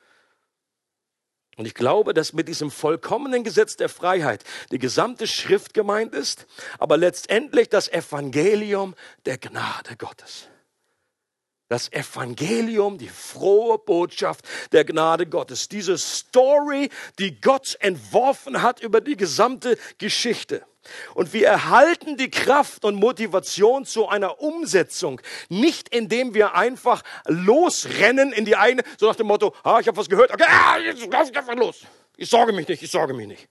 S2: Und ich glaube, dass mit diesem vollkommenen Gesetz der Freiheit die gesamte Schrift gemeint ist, aber letztendlich das Evangelium der Gnade Gottes. Das Evangelium, die frohe Botschaft der Gnade Gottes. Diese Story, die Gott entworfen hat über die gesamte Geschichte. Und wir erhalten die Kraft und Motivation zu einer Umsetzung, nicht indem wir einfach losrennen in die eine, so nach dem Motto, ich habe was gehört, okay, jetzt lauf ich einfach los. Ich sorge mich nicht.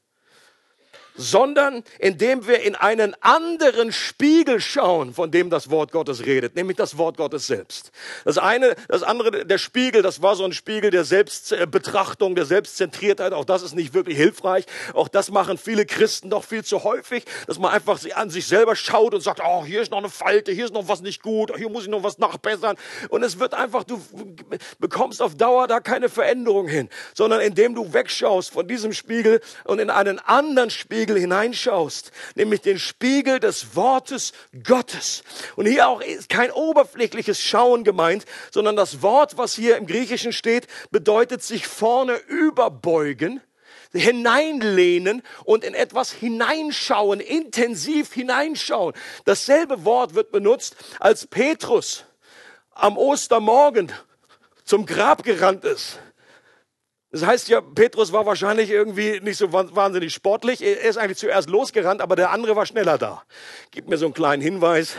S2: Sondern indem wir in einen anderen Spiegel schauen, von dem das Wort Gottes redet, nämlich das Wort Gottes selbst. Das andere, der Spiegel, das war so ein Spiegel der Selbstbetrachtung, der Selbstzentriertheit. Auch das ist nicht wirklich hilfreich. Auch das machen viele Christen doch viel zu häufig, dass man einfach an sich selber schaut und sagt, hier ist noch eine Falte, hier ist noch was nicht gut, hier muss ich noch was nachbessern. Und es wird einfach, du bekommst auf Dauer da keine Veränderung hin, sondern indem du wegschaust von diesem Spiegel und in einen anderen Spiegel hineinschaust, nämlich den Spiegel des Wortes Gottes. Und hier auch ist kein oberflächliches Schauen gemeint, sondern das Wort, was hier im Griechischen steht, bedeutet sich vorne überbeugen, hineinlehnen und in etwas hineinschauen, intensiv hineinschauen. Dasselbe Wort wird benutzt, als Petrus am Ostermorgen zum Grab gerannt ist. Das heißt ja, Petrus war wahrscheinlich irgendwie nicht so wahnsinnig sportlich. Er ist eigentlich zuerst losgerannt, aber der andere war schneller da. Gib mir so einen kleinen Hinweis,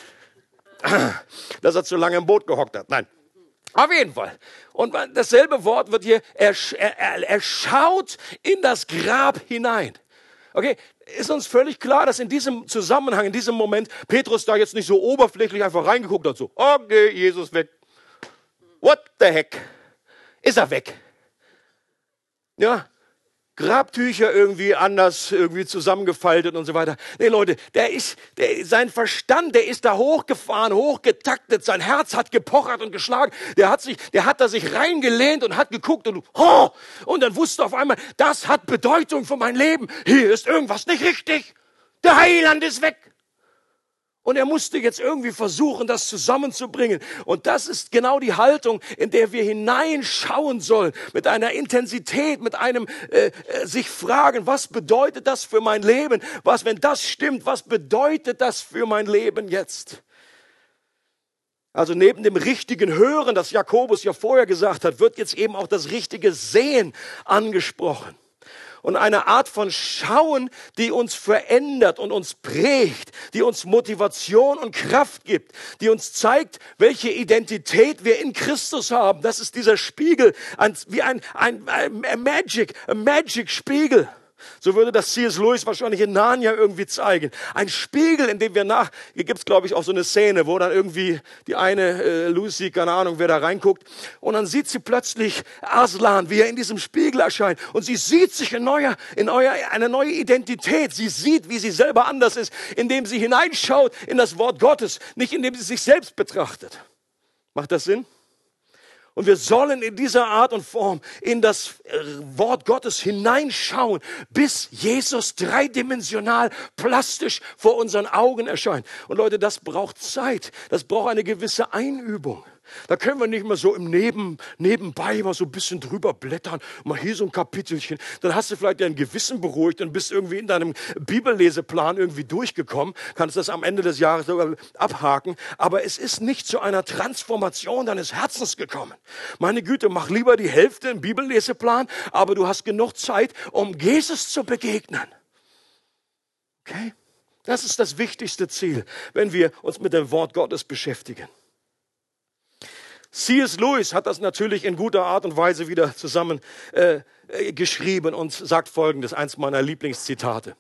S2: dass er zu lange im Boot gehockt hat. Nein, auf jeden Fall. Und dasselbe Wort wird hier, er schaut in das Grab hinein. Okay, ist uns völlig klar, dass in diesem Zusammenhang, in diesem Moment, Petrus da jetzt nicht so oberflächlich einfach reingeguckt hat, so, okay, Jesus weg. What the heck? Ist er weg? Ja, Grabtücher irgendwie anders irgendwie zusammengefaltet und so weiter. Nee, Leute, sein Verstand, der ist da hochgefahren, hochgetaktet, sein Herz hat gepochert und geschlagen. Der hat da sich reingelehnt und hat geguckt und dann wusste auf einmal, das hat Bedeutung für mein Leben. Hier ist irgendwas nicht richtig. Der Heiland ist weg. Und er musste jetzt irgendwie versuchen, das zusammenzubringen. Und das ist genau die Haltung, in der wir hineinschauen sollen. Mit einer Intensität, mit einem sich fragen, was bedeutet das für mein Leben? Wenn das stimmt, was bedeutet das für mein Leben jetzt? Also neben dem richtigen Hören, das Jakobus ja vorher gesagt hat, wird jetzt eben auch das richtige Sehen angesprochen. Und eine Art von Schauen, die uns verändert und uns prägt, die uns Motivation und Kraft gibt, die uns zeigt, welche Identität wir in Christus haben. Das ist dieser Spiegel, wie ein Magic-Spiegel. So würde das C.S. Lewis wahrscheinlich in Narnia irgendwie zeigen. Ein Spiegel, in dem hier gibt's glaube ich auch so eine Szene, wo dann irgendwie die eine Lucy, keine Ahnung, wer da reinguckt, und dann sieht sie plötzlich Aslan, wie er in diesem Spiegel erscheint, und sie sieht sich in eine neue Identität. Sie sieht, wie sie selber anders ist, indem sie hineinschaut in das Wort Gottes, nicht indem sie sich selbst betrachtet. Macht das Sinn? Und wir sollen in dieser Art und Form in das Wort Gottes hineinschauen, bis Jesus dreidimensional, plastisch vor unseren Augen erscheint. Und Leute, das braucht Zeit. Das braucht eine gewisse Einübung. Da können wir nicht mehr so nebenbei mal so ein bisschen drüber blättern, mal hier so ein Kapitelchen. Dann hast du vielleicht dein Gewissen beruhigt und bist irgendwie in deinem Bibelleseplan irgendwie durchgekommen. Kannst das am Ende des Jahres sogar abhaken. Aber es ist nicht zu einer Transformation deines Herzens gekommen. Meine Güte, mach lieber die Hälfte im Bibelleseplan, aber du hast genug Zeit, um Jesus zu begegnen. Okay? Das ist das wichtigste Ziel, wenn wir uns mit dem Wort Gottes beschäftigen. C.S. Lewis hat das natürlich in guter Art und Weise wieder zusammen geschrieben und sagt Folgendes, eins meiner Lieblingszitate.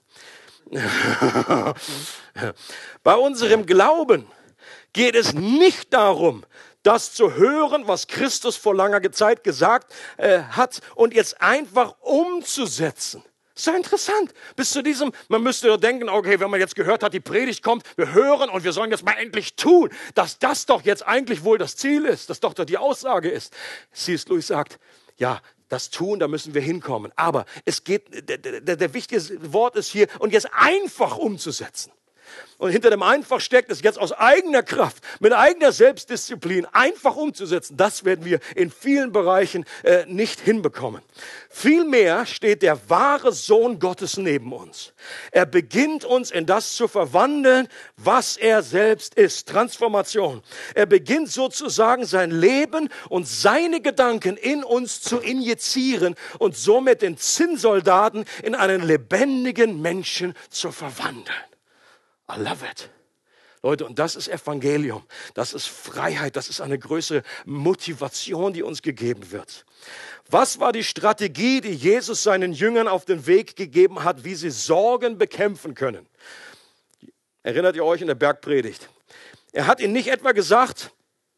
S2: Bei unserem Glauben geht es nicht darum, das zu hören, was Christus vor langer Zeit gesagt hat und jetzt einfach umzusetzen. Ist doch interessant. Bis zu diesem, man müsste doch denken, okay, wenn man jetzt gehört hat, die Predigt kommt, wir hören und wir sollen jetzt mal endlich tun, dass das doch jetzt eigentlich wohl das Ziel ist, dass doch die Aussage ist. C.S. Lewis sagt, ja, das Tun, da müssen wir hinkommen. Aber es geht, der wichtige Wort ist hier, und jetzt einfach umzusetzen. Und hinter dem einfach steckt es jetzt aus eigener Kraft, mit eigener Selbstdisziplin einfach umzusetzen. Das werden wir in vielen Bereichen nicht hinbekommen. Vielmehr steht der wahre Sohn Gottes neben uns. Er beginnt uns in das zu verwandeln, was er selbst ist. Transformation. Er beginnt sozusagen sein Leben und seine Gedanken in uns zu injizieren und somit den Zinnsoldaten in einen lebendigen Menschen zu verwandeln. I love it. Leute, und das ist Evangelium, das ist Freiheit, das ist eine größere Motivation, die uns gegeben wird. Was war die Strategie, die Jesus seinen Jüngern auf den Weg gegeben hat, wie sie Sorgen bekämpfen können? Erinnert ihr euch in der Bergpredigt? Er hat ihnen nicht etwa gesagt,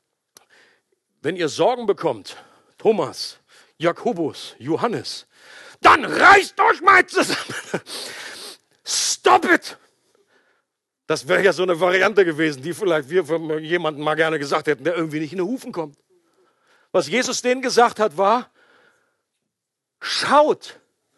S2: wenn ihr Sorgen bekommt, Thomas, Jakobus, Johannes, dann reißt euch mal zusammen. Stop it! Das wäre ja so eine Variante gewesen, die vielleicht wir von jemandem mal gerne gesagt hätten, der irgendwie nicht in die Hufen kommt. Was Jesus denen gesagt hat, war, schaut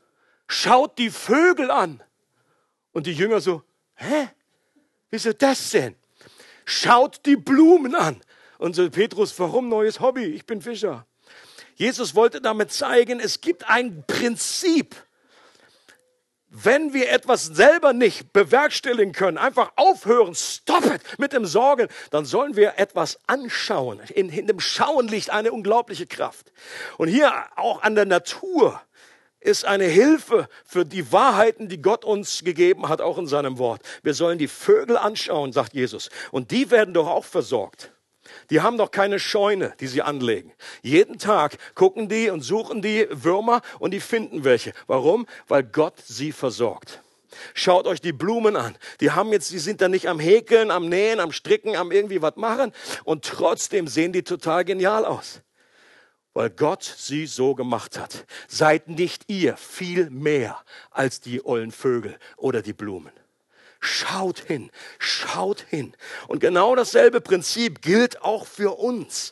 S2: die Vögel an. Und die Jünger so, wieso das denn? Schaut die Blumen an. Und so, Petrus, warum neues Hobby? Ich bin Fischer. Jesus wollte damit zeigen, es gibt ein Prinzip. Wenn wir etwas selber nicht bewerkstelligen können, einfach aufhören, stop it mit dem Sorgen, dann sollen wir etwas anschauen. In dem Schauen liegt eine unglaubliche Kraft. Und hier auch an der Natur ist eine Hilfe für die Wahrheiten, die Gott uns gegeben hat, auch in seinem Wort. Wir sollen die Vögel anschauen, sagt Jesus. Und die werden doch auch versorgt. Die haben doch keine Scheune, die sie anlegen. Jeden Tag gucken die und suchen die Würmer und die finden welche. Warum? Weil Gott sie versorgt. Schaut euch die Blumen an. Die sind da nicht am Häkeln, am Nähen, am Stricken, am irgendwie was machen. Und trotzdem sehen die total genial aus. weil Gott sie so gemacht hat. Seid nicht ihr viel mehr als die ollen Vögel oder die Blumen. Schaut hin, schaut hin. Und genau dasselbe Prinzip gilt auch für uns.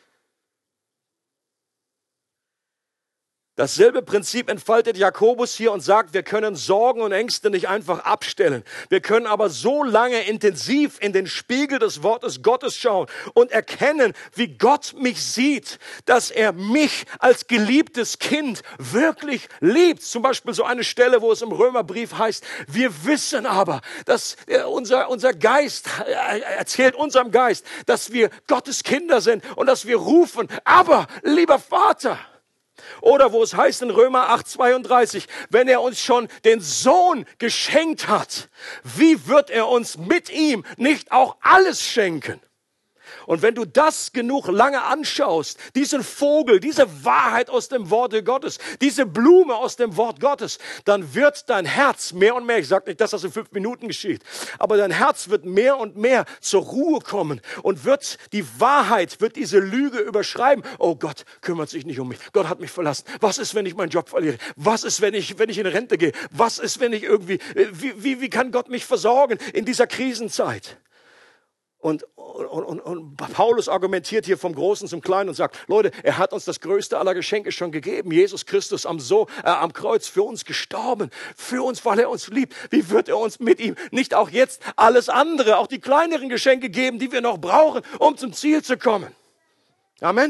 S2: Dasselbe Prinzip entfaltet Jakobus hier und sagt, wir können Sorgen und Ängste nicht einfach abstellen. Wir können aber so lange intensiv in den Spiegel des Wortes Gottes schauen und erkennen, wie Gott mich sieht, dass er mich als geliebtes Kind wirklich liebt. Zum Beispiel so eine Stelle, wo es im Römerbrief heißt, wir wissen aber, dass unser Geist erzählt unserem Geist, dass wir Gottes Kinder sind und dass wir rufen, aber lieber Vater. Oder wo es heißt in Römer 8,32, wenn er uns schon den Sohn geschenkt hat, wie wird er uns mit ihm nicht auch alles schenken? Und wenn du das genug lange anschaust, diesen Vogel, diese Wahrheit aus dem Worte Gottes, diese Blume aus dem Wort Gottes, dann wird dein Herz mehr und mehr, ich sage nicht, dass das in 5 Minuten geschieht, aber dein Herz wird mehr und mehr zur Ruhe kommen und wird die Wahrheit, wird diese Lüge überschreiben. Oh, Gott kümmert sich nicht um mich. Gott hat mich verlassen. Was ist, wenn ich meinen Job verliere? Was ist, wenn ich in Rente gehe? Was ist, wenn ich irgendwie, wie kann Gott mich versorgen in dieser Krisenzeit? Und Paulus argumentiert hier vom Großen zum Kleinen und sagt, Leute, er hat uns das größte aller Geschenke schon gegeben. Jesus Christus am Kreuz für uns gestorben, für uns, weil er uns liebt. Wie wird er uns mit ihm nicht auch jetzt alles andere, auch die kleineren Geschenke geben, die wir noch brauchen, um zum Ziel zu kommen? Amen.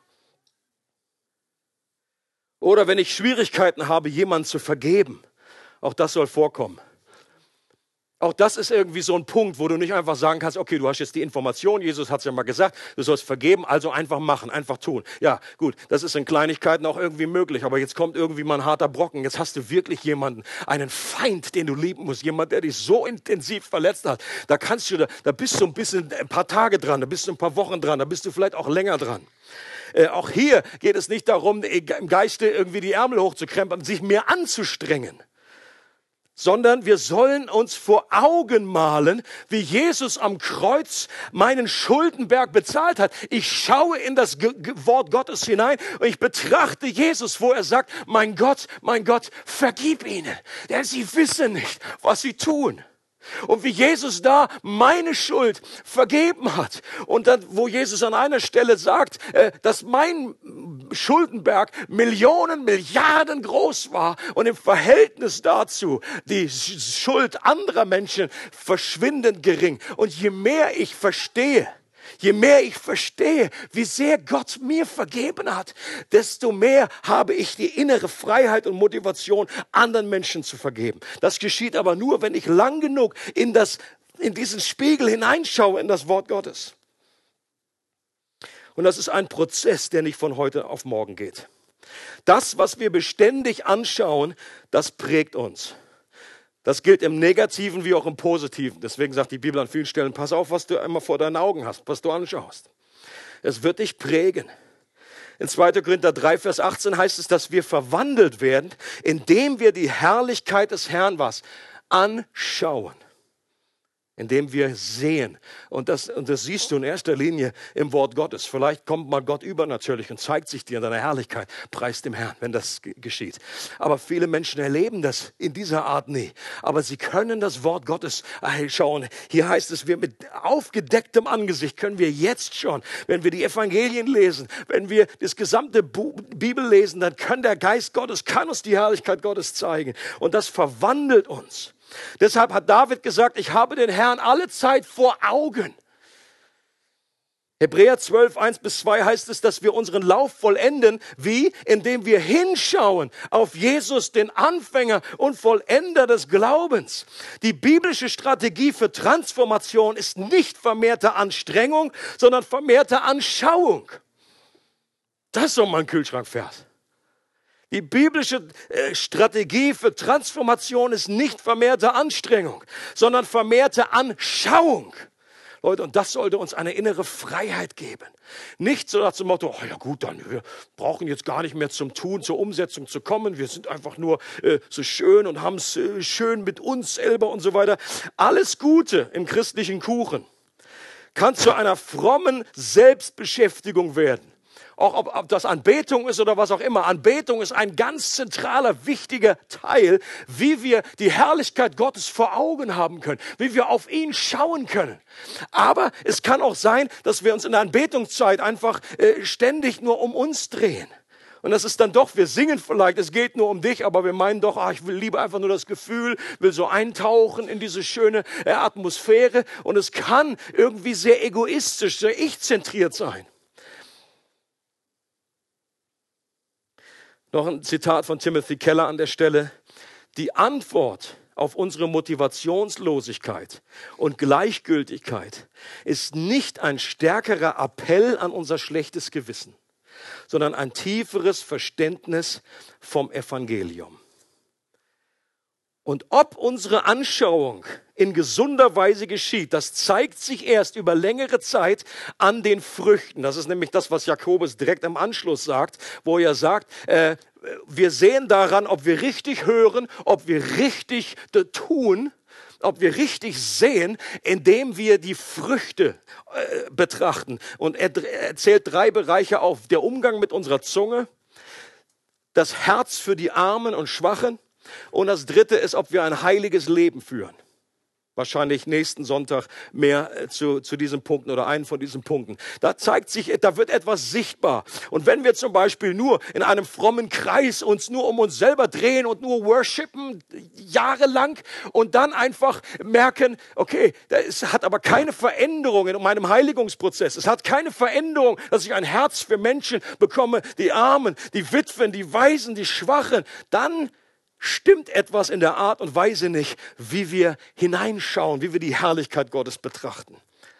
S2: Oder wenn ich Schwierigkeiten habe, jemanden zu vergeben, auch das soll vorkommen. Auch das ist irgendwie so ein Punkt, wo du nicht einfach sagen kannst, okay, du hast jetzt die Information, Jesus hat es ja mal gesagt, du sollst vergeben, also einfach machen, einfach tun. Ja, gut, das ist in Kleinigkeiten auch irgendwie möglich, aber jetzt kommt irgendwie mal ein harter Brocken. Jetzt hast du wirklich jemanden, einen Feind, den du lieben musst, jemand, der dich so intensiv verletzt hat. Da bist du ein paar Tage dran, da bist du ein paar Wochen dran, da bist du vielleicht auch länger dran. Auch hier geht es nicht darum, im Geiste irgendwie die Ärmel hochzukrempeln, sich mehr anzustrengen. Sondern wir sollen uns vor Augen malen, wie Jesus am Kreuz meinen Schuldenberg bezahlt hat. Ich schaue in das Wort Gottes hinein und ich betrachte Jesus, wo er sagt, mein Gott, vergib ihnen, denn sie wissen nicht, was sie tun. Und wie Jesus da meine Schuld vergeben hat. Und dann, wo Jesus an einer Stelle sagt, dass mein Schuldenberg Millionen, Milliarden groß war und im Verhältnis dazu die Schuld anderer Menschen verschwindend gering. Und je mehr ich verstehe, wie sehr Gott mir vergeben hat, desto mehr habe ich die innere Freiheit und Motivation, anderen Menschen zu vergeben. Das geschieht aber nur, wenn ich lang genug in diesen Spiegel hineinschaue, in das Wort Gottes. Und das ist ein Prozess, der nicht von heute auf morgen geht. Das, was wir beständig anschauen, das prägt uns. Das gilt im Negativen wie auch im Positiven. Deswegen sagt die Bibel an vielen Stellen, pass auf, was du immer vor deinen Augen hast, was du anschaust. Es wird dich prägen. In 2. Korinther 3, Vers 18 heißt es, dass wir verwandelt werden, indem wir die Herrlichkeit des Herrn anschauen. Indem wir sehen. Und das siehst du in erster Linie im Wort Gottes. Vielleicht kommt mal Gott übernatürlich und zeigt sich dir in deiner Herrlichkeit. Preis dem Herrn, wenn das geschieht. Aber viele Menschen erleben das in dieser Art nie. Aber sie können das Wort Gottes schauen. Hier heißt es, wir mit aufgedecktem Angesicht können wir jetzt schon, wenn wir die Evangelien lesen, wenn wir das gesamte Bibel lesen, dann kann der Geist Gottes, kann uns die Herrlichkeit Gottes zeigen. Und das verwandelt uns. Deshalb hat David gesagt, ich habe den Herrn alle Zeit vor Augen. Hebräer 12, 1-2 heißt es, dass wir unseren Lauf vollenden. Wie? Indem wir hinschauen auf Jesus, den Anfänger und Vollender des Glaubens. Die biblische Strategie für Transformation ist nicht vermehrte Anstrengung, sondern vermehrte Anschauung. Das ist doch mal ein Kühlschrankvers. Die biblische Strategie für Transformation ist nicht vermehrte Anstrengung, sondern vermehrte Anschauung. Leute, und das sollte uns eine innere Freiheit geben. Nicht so nach dem Motto, oh ja gut, dann wir brauchen jetzt gar nicht mehr zum Tun, zur Umsetzung zu kommen. Wir sind einfach nur so schön und haben es schön mit uns selber und so weiter. Alles Gute im christlichen Kuchen kann zu einer frommen Selbstbeschäftigung werden. auch ob das Anbetung ist oder was auch immer. Anbetung ist ein ganz zentraler, wichtiger Teil, wie wir die Herrlichkeit Gottes vor Augen haben können, wie wir auf ihn schauen können. Aber es kann auch sein, dass wir uns in der Anbetungszeit einfach ständig nur um uns drehen. Und das ist dann doch, wir singen vielleicht, es geht nur um dich, aber wir meinen doch, ich will lieber einfach nur das Gefühl, will so eintauchen in diese schöne Atmosphäre. Und es kann irgendwie sehr egoistisch, sehr ich-zentriert sein. Noch ein Zitat von Timothy Keller an der Stelle. Die Antwort auf unsere Motivationslosigkeit und Gleichgültigkeit ist nicht ein stärkerer Appell an unser schlechtes Gewissen, sondern ein tieferes Verständnis vom Evangelium. Und ob unsere Anschauung in gesunder Weise geschieht, das zeigt sich erst über längere Zeit an den Früchten. Das ist nämlich das, was Jakobus direkt im Anschluss sagt, wo er sagt, wir sehen daran, ob wir richtig hören, ob wir richtig tun, ob wir richtig sehen, indem wir die Früchte betrachten. Und er zählt 3 Bereiche auf. Der Umgang mit unserer Zunge, das Herz für die Armen und Schwachen und das 3. ist, ob wir ein heiliges Leben führen. Wahrscheinlich nächsten Sonntag mehr zu diesen Punkten oder einen von diesen Punkten. Da zeigt sich, da wird etwas sichtbar. Und wenn wir zum Beispiel nur in einem frommen Kreis uns nur um uns selber drehen und nur worshipen, jahrelang, und dann einfach merken, okay, es hat aber keine Veränderung in meinem Heiligungsprozess. Es hat keine Veränderung, dass ich ein Herz für Menschen bekomme, die Armen, die Witwen, die Waisen, die Schwachen, dann stimmt etwas in der Art und Weise nicht, wie wir hineinschauen, wie wir die Herrlichkeit Gottes betrachten.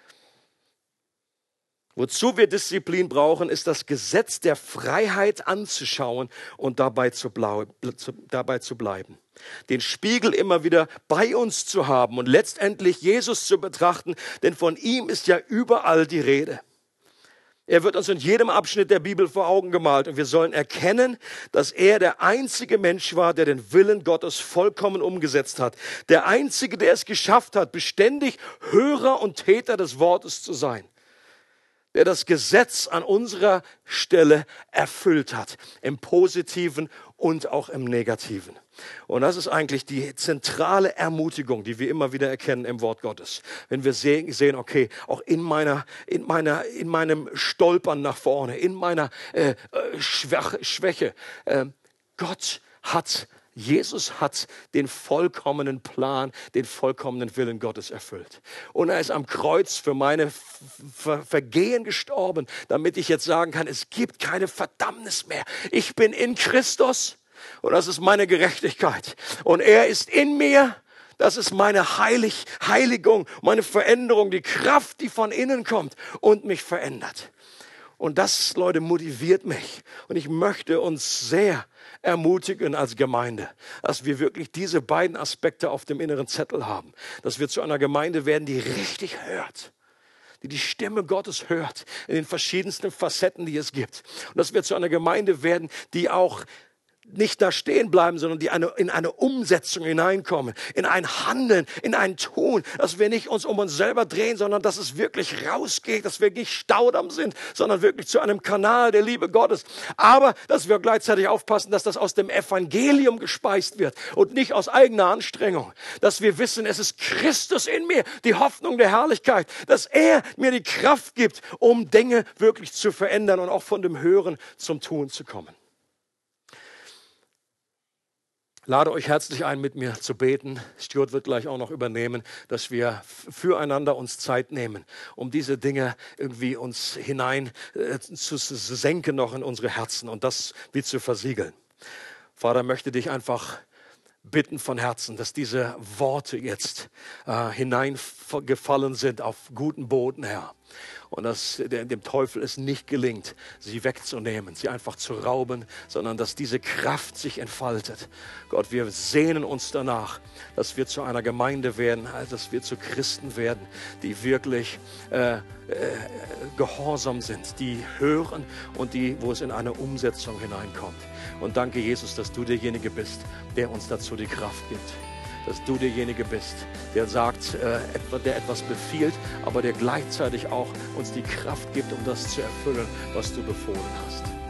S2: Wozu wir Disziplin brauchen, ist das Gesetz der Freiheit anzuschauen und dabei zu bleiben. Den Spiegel immer wieder bei uns zu haben und letztendlich Jesus zu betrachten, denn von ihm ist ja überall die Rede. Er wird uns in jedem Abschnitt der Bibel vor Augen gemalt und wir sollen erkennen, dass er der einzige Mensch war, der den Willen Gottes vollkommen umgesetzt hat. Der einzige, der es geschafft hat, beständig Hörer und Täter des Wortes zu sein. Der das Gesetz an unserer Stelle erfüllt hat, im Positiven und auch im Negativen. Und das ist eigentlich die zentrale Ermutigung, die wir immer wieder erkennen im Wort Gottes. Wenn wir sehen, okay, auch in meinem Stolpern nach vorne, in meiner Schwäche, Jesus hat den vollkommenen Plan, den vollkommenen Willen Gottes erfüllt. Und er ist am Kreuz für meine Vergehen gestorben, damit ich jetzt sagen kann, es gibt keine Verdammnis mehr. Ich bin in Christus und das ist meine Gerechtigkeit. Und er ist in mir. Das ist meine Heiligung, meine Veränderung, die Kraft, die von innen kommt und mich verändert. Und das, Leute, motiviert mich. Und ich möchte uns sehr ermutigen als Gemeinde, dass wir wirklich diese beiden Aspekte auf dem inneren Zettel haben. Dass wir zu einer Gemeinde werden, die richtig hört. Die Stimme Gottes hört in den verschiedensten Facetten, die es gibt. Und dass wir zu einer Gemeinde werden, die auch nicht da stehen bleiben, sondern die in eine Umsetzung hineinkommen, in ein Handeln, in ein Tun, dass wir nicht uns um uns selber drehen, sondern dass es wirklich rausgeht, dass wir nicht Staudamm sind, sondern wirklich zu einem Kanal der Liebe Gottes. Aber, dass wir gleichzeitig aufpassen, dass das aus dem Evangelium gespeist wird und nicht aus eigener Anstrengung. Dass wir wissen, es ist Christus in mir, die Hoffnung der Herrlichkeit, dass er mir die Kraft gibt, um Dinge wirklich zu verändern und auch von dem Hören zum Tun zu kommen. Lade euch herzlich ein, mit mir zu beten. Stuart wird gleich auch noch übernehmen, dass wir füreinander uns Zeit nehmen, um diese Dinge irgendwie uns hinein zu senken noch in unsere Herzen und das wie zu versiegeln. Vater, möchte dich einfach bitten von Herzen, dass diese Worte jetzt hineingefallen sind auf guten Boden, Herr. Und dass dem Teufel es nicht gelingt, sie wegzunehmen, sie einfach zu rauben, sondern dass diese Kraft sich entfaltet. Gott, wir sehnen uns danach, dass wir zu einer Gemeinde werden, also dass wir zu Christen werden, die wirklich gehorsam sind, die hören und wo es in eine Umsetzung hineinkommt. Und danke, Jesus, dass du derjenige bist, der uns dazu die Kraft gibt. dass du derjenige bist, der sagt, der etwas befiehlt, aber der gleichzeitig auch uns die Kraft gibt, um das zu erfüllen, was du befohlen hast.